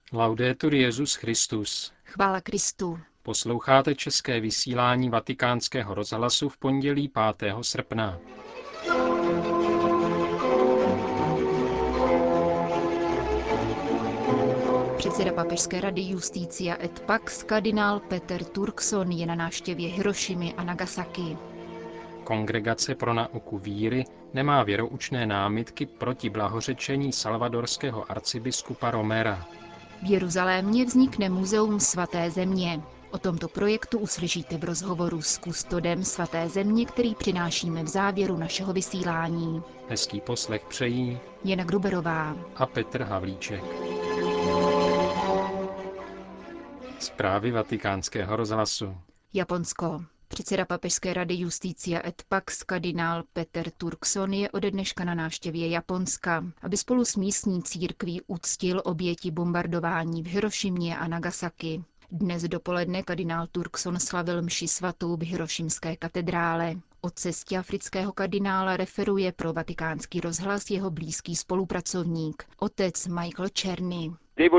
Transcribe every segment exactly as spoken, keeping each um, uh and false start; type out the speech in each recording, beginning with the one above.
Laudetur Jesus Christus. Chvála Kristu. Posloucháte české vysílání Vatikánského rozhlasu v pondělí pátého srpna. Předseda Papežské rady Justitia et Pax kardinál Peter Turkson je na návštěvě Hirošimy a Nagasaki. Kongregace pro nauku víry nemá věroučné námitky proti blahořečení salvadorského arcibiskupa Romera. V Jeruzalémě vznikne muzeum svaté země. O tomto projektu uslyšíte v rozhovoru s kustodem svaté země, který přinášíme v závěru našeho vysílání. Hezký poslech přejí Jana Gruberová a Petr Havlíček. Zprávy Vatikánského rozhlasu. Japonsko. Předseda Papežské rady Justitia et Pax kardinál Peter Turkson je ode dneška na návštěvě Japonska, aby spolu s místní církví uctil oběti bombardování v Hirošimě a Nagasaki. Dnes dopoledne kardinál Turkson slavil mši svatou v hirošimské katedrále. O cestě afrického kardinála referuje pro Vatikánský rozhlas jeho blízký spolupracovník, otec Michael Czerny.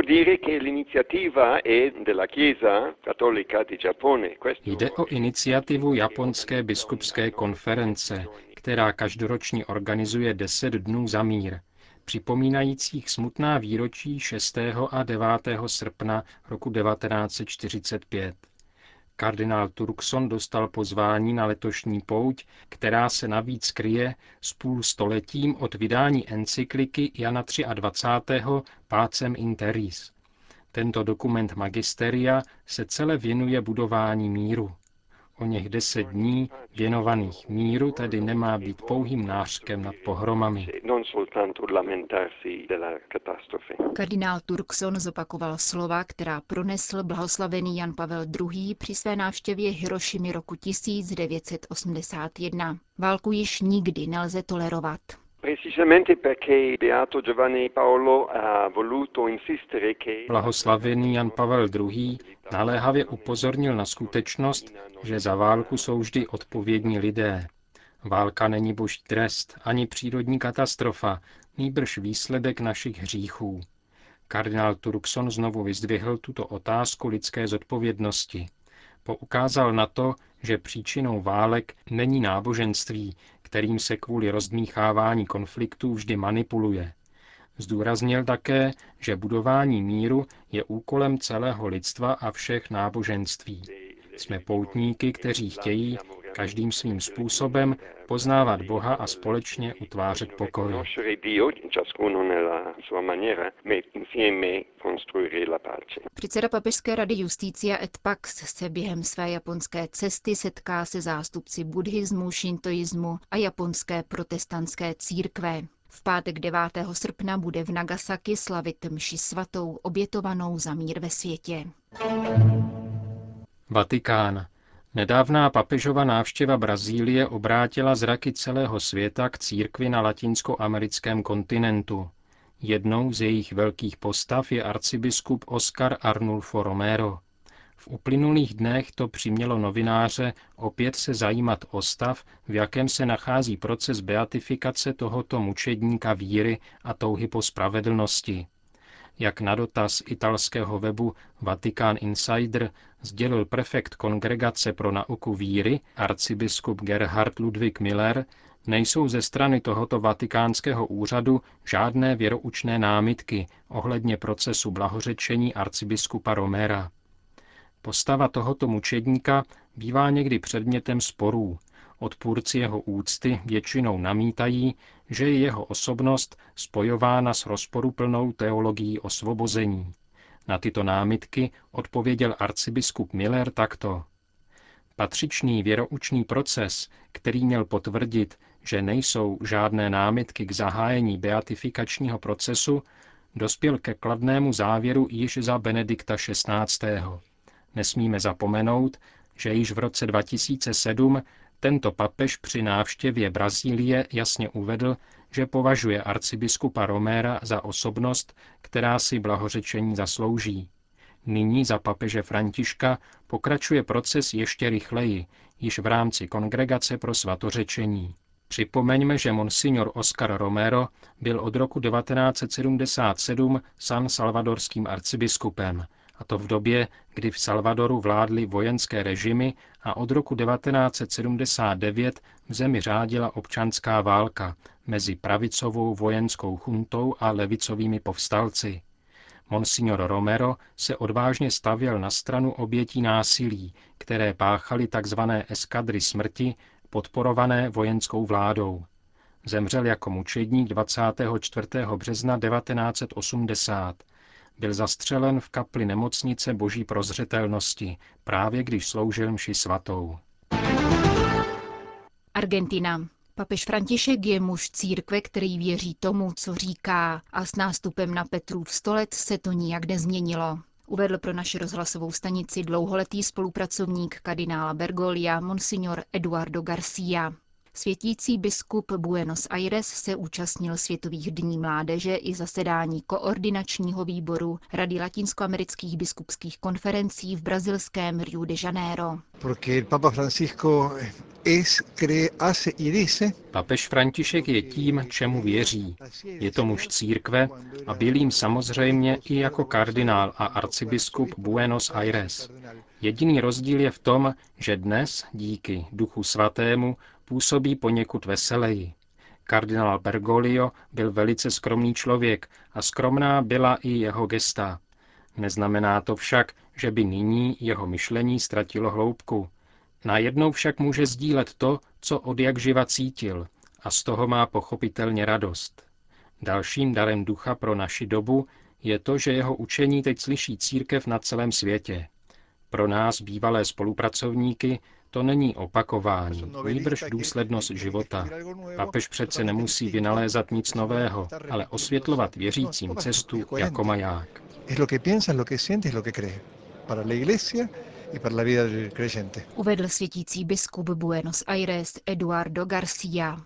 Jde o iniciativu Japonské biskupské konference, která každoročně organizuje deset dnů za mír, připomínajících smutná výročí šestého a devátého srpna roku devatenáct set čtyřicet pět. Kardinál Turkson dostal pozvání na letošní pouť, která se navíc kryje s půl stoletím od vydání encykliky Jana dvacátého třetího Pacem in Terris. Tento dokument magisteria se celé věnuje budování míru. O něch deset dní věnovaných míru tedy nemá být pouhým nářkem nad pohromami. Kardinál Turkson zopakoval slova, která pronesl blahoslavený Jan Pavel druhý. při své návštěvě Hirošimy roku tisíc devět set osmdesát jedna. Válku již nikdy nelze tolerovat. Blahoslavený Jan Pavel druhý. naléhavě upozornil na skutečnost, že za válku jsou vždy odpovědní lidé. Válka není boží trest ani přírodní katastrofa, nýbrž výsledek našich hříchů. Kardinál Turkson znovu vyzdvihl tuto otázku lidské zodpovědnosti. Poukázal na to, že příčinou válek není náboženství, kterým se kvůli rozdmíchávání konfliktů vždy manipuluje. Zdůraznil také, že budování míru je úkolem celého lidstva a všech náboženství. Jsme poutníky, kteří chtějí, každým svým způsobem, poznávat Boha a společně utvářet pokoj. Předseda Papežské rady Justitia et Pax se během své japonské cesty setká se zástupci buddhismu, šintoismu a japonské protestantské církve. V pátek devátého srpna bude v Nagasaki slavit mši svatou obětovanou za mír ve světě. Vatikán. Nedávná papežova návštěva Brazílie obrátila zraky celého světa k církvi na latinskoamerickém kontinentu. Jednou z jejich velkých postav je arcibiskup Oscar Arnulfo Romero. V uplynulých dnech to přimělo novináře opět se zajímat o stav, v jakém se nachází proces beatifikace tohoto mučedníka víry a touhy po spravedlnosti. Jak na dotaz italského webu Vatican Insider sdělil prefekt Kongregace pro nauku víry, arcibiskup Gerhard Ludwig Miller, nejsou ze strany tohoto vatikánského úřadu žádné věroučné námitky ohledně procesu blahořečení arcibiskupa Romera. Postava tohoto mučedníka bývá někdy předmětem sporů. Odpůrci jeho úcty většinou namítají, že je jeho osobnost spojována s rozporuplnou teologií osvobození. Na tyto námitky odpověděl arcibiskup Miller takto. Patřičný věroučný proces, který měl potvrdit, že nejsou žádné námitky k zahájení beatifikačního procesu, dospěl ke kladnému závěru již za Benedikta šestnáctého. Nesmíme zapomenout, že již v roce dva tisíce sedm tento papež při návštěvě Brazílie jasně uvedl, že považuje arcibiskupa Romera za osobnost, která si blahořečení zaslouží. Nyní za papeže Františka pokračuje proces ještě rychleji, již v rámci Kongregace pro svatořečení. Připomeňme, že monsignor Oscar Romero byl od roku devatenáct set sedmdesát sedm san salvadorským arcibiskupem, a to v době, kdy v Salvadoru vládly vojenské režimy a od roku devatenáct set sedmdesát devět v zemi řádila občanská válka mezi pravicovou vojenskou chuntou a levicovými povstalci. Monsignor Romero se odvážně stavěl na stranu obětí násilí, které páchaly tzv. Eskadry smrti, podporované vojenskou vládou. Zemřel jako mučedník dvacátého čtvrtého března devatenáct set osmdesát. Byl zastřelen v kapli nemocnice Boží prozřetelnosti, právě když sloužil mši svatou. Argentina. Papež František je muž církve, který věří tomu, co říká, a s nástupem na Petrův stolec se to nijak nezměnilo. Uvedl pro naši rozhlasovou stanici dlouholetý spolupracovník kardinála Bergolia monsignor Eduardo García. Světící biskup Buenos Aires se účastnil Světových dní mládeže i zasedání koordinačního výboru Rady latinskoamerických biskupských konferencí v brazilském Rio de Janeiro. Papež František je tím, čemu věří. Je to muž církve a byl jím samozřejmě i jako kardinál a arcibiskup Buenos Aires. Jediný rozdíl je v tom, že dnes, díky Duchu Svatému, působí poněkud veseleji. Kardinál Bergoglio byl velice skromný člověk a skromná byla i jeho gesta. Neznamená to však, že by nyní jeho myšlení ztratilo hloubku. Najednou však může sdílet to, co odjakživa cítil, a z toho má pochopitelně radost. Dalším darem ducha pro naši dobu je to, že jeho učení teď slyší církev na celém světě. Pro nás, bývalé spolupracovníky, to není opakování, nýbrž důslednost života. Papež přece nemusí vynalézat nic nového, ale osvětlovat věřícím cestu jako maják. Uvedl světící biskup Buenos Aires Eduardo García.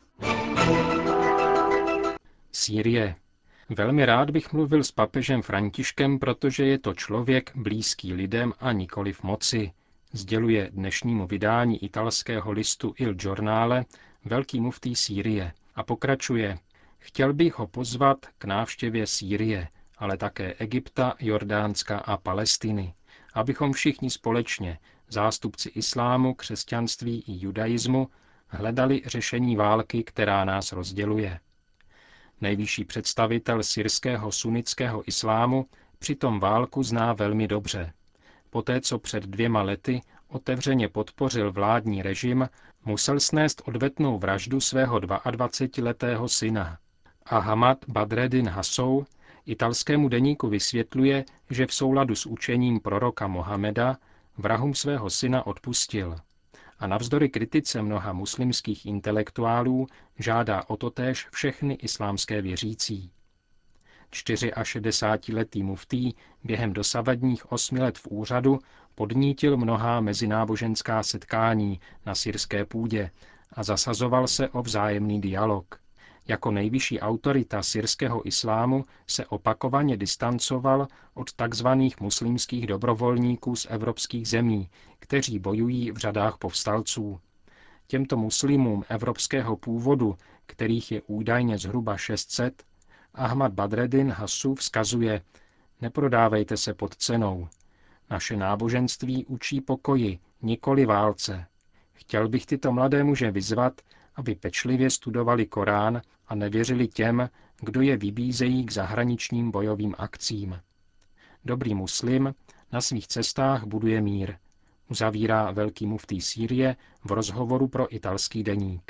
Sýrie. Velmi rád bych mluvil s papežem Františkem, protože je to člověk blízký lidem a nikoliv moci, sděluje dnešnímu vydání italského listu Il Giornale velký muftý Sýrie a pokračuje. Chtěl bych ho pozvat k návštěvě Sýrie, ale také Egypta, Jordánska a Palestiny, abychom všichni společně, zástupci islámu, křesťanství i judaismu, hledali řešení války, která nás rozděluje. Nejvyšší představitel syrského sunnického islámu přitom válku zná velmi dobře. Poté, co před dvěma lety otevřeně podpořil vládní režim, musel snést odvetnou vraždu svého dvaadvacetiletého syna. Ahmad Badreddin Hassou italskému deníku vysvětluje, že v souladu s učením proroka Mohameda vrahům svého syna odpustil. A navzdory kritice mnoha muslimských intelektuálů žádá o totéž všechny islámské věřící. šedesátičtyřletý muftý během dosavadních osmi let v úřadu podnítil mnohá mezináboženská setkání na syrské půdě a zasazoval se o vzájemný dialog. Jako nejvyšší autorita syrského islámu se opakovaně distancoval od takzvaných muslimských dobrovolníků z evropských zemí, kteří bojují v řadách povstalců. Těmto muslimům evropského původu, kterých je údajně zhruba šest set, Ahmad Badreddin Hassou vzkazuje: neprodávejte se pod cenou. Naše náboženství učí pokoji, nikoli válce. Chtěl bych tyto mladé muže vyzvat, aby pečlivě studovali Korán a nevěřili těm, kdo je vybízejí k zahraničním bojovým akcím. Dobrý muslim na svých cestách buduje mír, uzavírá velký muftý Sýrie v rozhovoru pro italský deník.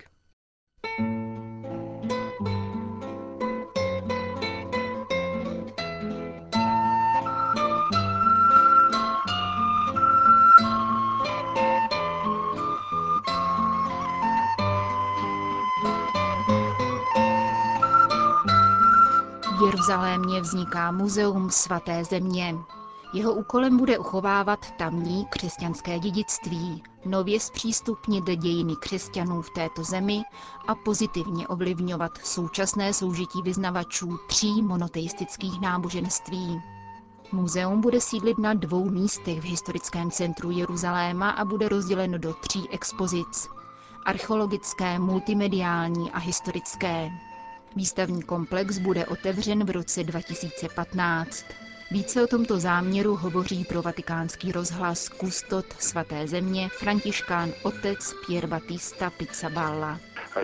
V Jeruzalémě vzniká muzeum svaté země. Jeho úkolem bude uchovávat tamní křesťanské dědictví, nově zpřístupnit dějiny křesťanů v této zemi a pozitivně ovlivňovat současné soužití vyznavačů tří monoteistických náboženství. Muzeum bude sídlit na dvou místech v historickém centru Jeruzaléma a bude rozděleno do tří expozic. archeologické, multimediální a historické. Výstavní komplex bude otevřen v roce dva tisíce patnáct. Více o tomto záměru hovoří pro Vatikánský rozhlas kustot svaté země františkán otec Pier Battista Pizzaballa.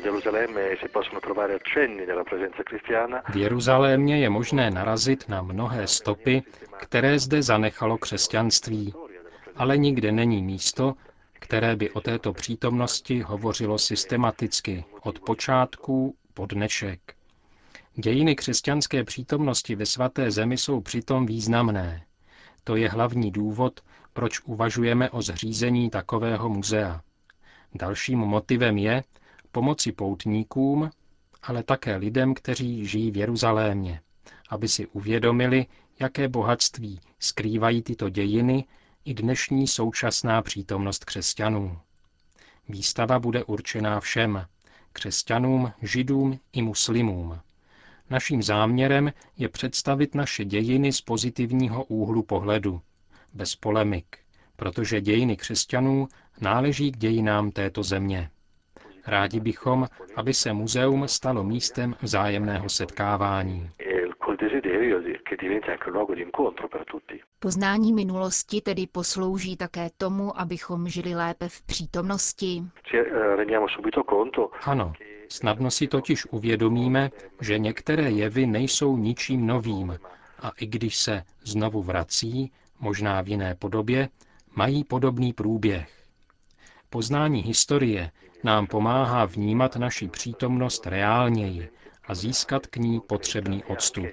V Jeruzalémě je možné narazit na mnohé stopy, které zde zanechalo křesťanství, ale nikde není místo, které by o této přítomnosti hovořilo systematicky, od počátků po dnešek. Dějiny křesťanské přítomnosti ve svaté zemi jsou přitom významné. To je hlavní důvod, proč uvažujeme o zřízení takového muzea. Dalším motivem je pomoci poutníkům, ale také lidem, kteří žijí v Jeruzalémě, aby si uvědomili, jaké bohatství skrývají tyto dějiny i dnešní současná přítomnost křesťanů. Výstava bude určená všem, křesťanům, židům i muslimům. Naším záměrem je představit naše dějiny z pozitivního úhlu pohledu, bez polemik, protože dějiny křesťanů náleží k dějinám této země. Rádi bychom, aby se muzeum stalo místem vzájemného setkávání. Poznání minulosti tedy poslouží také tomu, abychom žili lépe v přítomnosti. Ano, snadno si totiž uvědomíme, že některé jevy nejsou ničím novým a i když se znovu vrací, možná v jiné podobě, mají podobný průběh. Poznání historie nám pomáhá vnímat naši přítomnost reálněji a získat k ní potřebný odstup.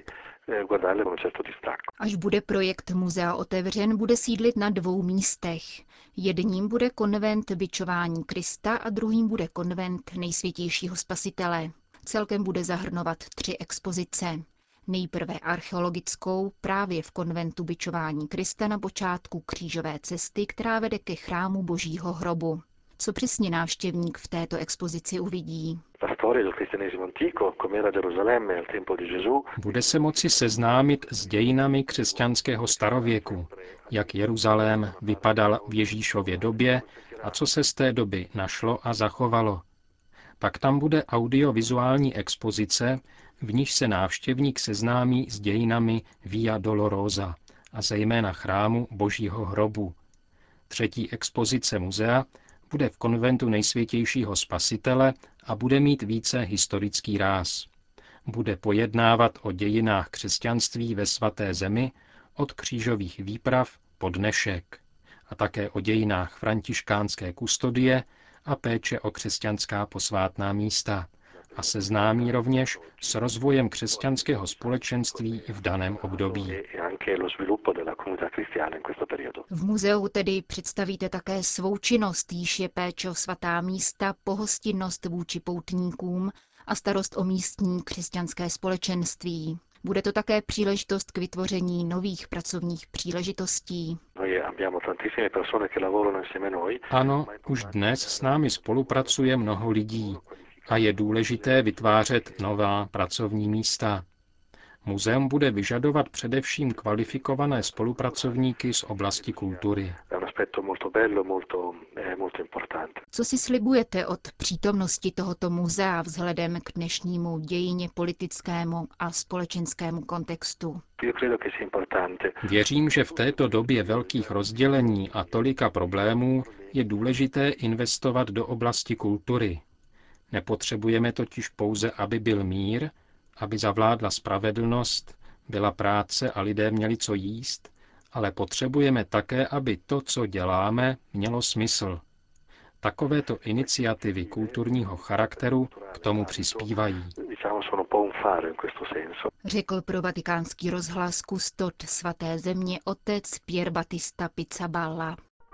Až bude projekt muzea otevřen, bude sídlit na dvou místech. Jedním bude konvent Bičování Krista a druhým bude konvent Nejsvětějšího Spasitele. Celkem bude zahrnovat tři expozice. Nejprve archeologickou právě v konventu Bičování Krista na počátku křížové cesty, která vede ke chrámu Božího hrobu. Co přesně návštěvník v této expozici uvidí? Bude se moci seznámit s dějinami křesťanského starověku, jak Jeruzalém vypadal v Ježíšově době a co se z té doby našlo a zachovalo. Pak tam bude audiovizuální expozice, v níž se návštěvník seznámí s dějinami Via Dolorosa a zejména chrámu Božího hrobu. Třetí expozice muzea bude v konventu Nejsvětějšího Spasitele a bude mít více historický ráz. Bude pojednávat o dějinách křesťanství ve svaté zemi od křížových výprav po dnešek a také o dějinách františkánské kustodie a péče o křesťanská posvátná místa a seznámí rovněž s rozvojem křesťanského společenství v daném období. V muzeu tedy představíte také svou činnost, jíž je péče o svatá místa, pohostinnost vůči poutníkům a starost o místní křesťanské společenství. Bude to také příležitost k vytvoření nových pracovních příležitostí. Ano, už dnes s námi spolupracuje mnoho lidí a je důležité vytvářet nová pracovní místa. Muzeum bude vyžadovat především kvalifikované spolupracovníky z oblasti kultury. Co si slibujete od přítomnosti tohoto muzea vzhledem k dnešnímu dějině politickému a společenskému kontextu? Věřím, že v této době velkých rozdělení a tolika problémů je důležité investovat do oblasti kultury. Nepotřebujeme totiž pouze, aby byl mír, aby zavládla spravedlnost, byla práce a lidé měli co jíst, ale potřebujeme také, aby to, co děláme, mělo smysl. Takovéto iniciativy kulturního charakteru k tomu přispívají. Řekl pro Vatikánský rozhlas kustot svaté země otec Pier Battista Pizzaballa.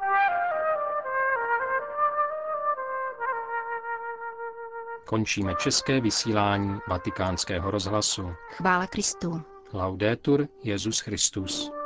Končíme české vysílání Vatikánského rozhlasu. Chvála Kristu. Laudetur Jesus Christus.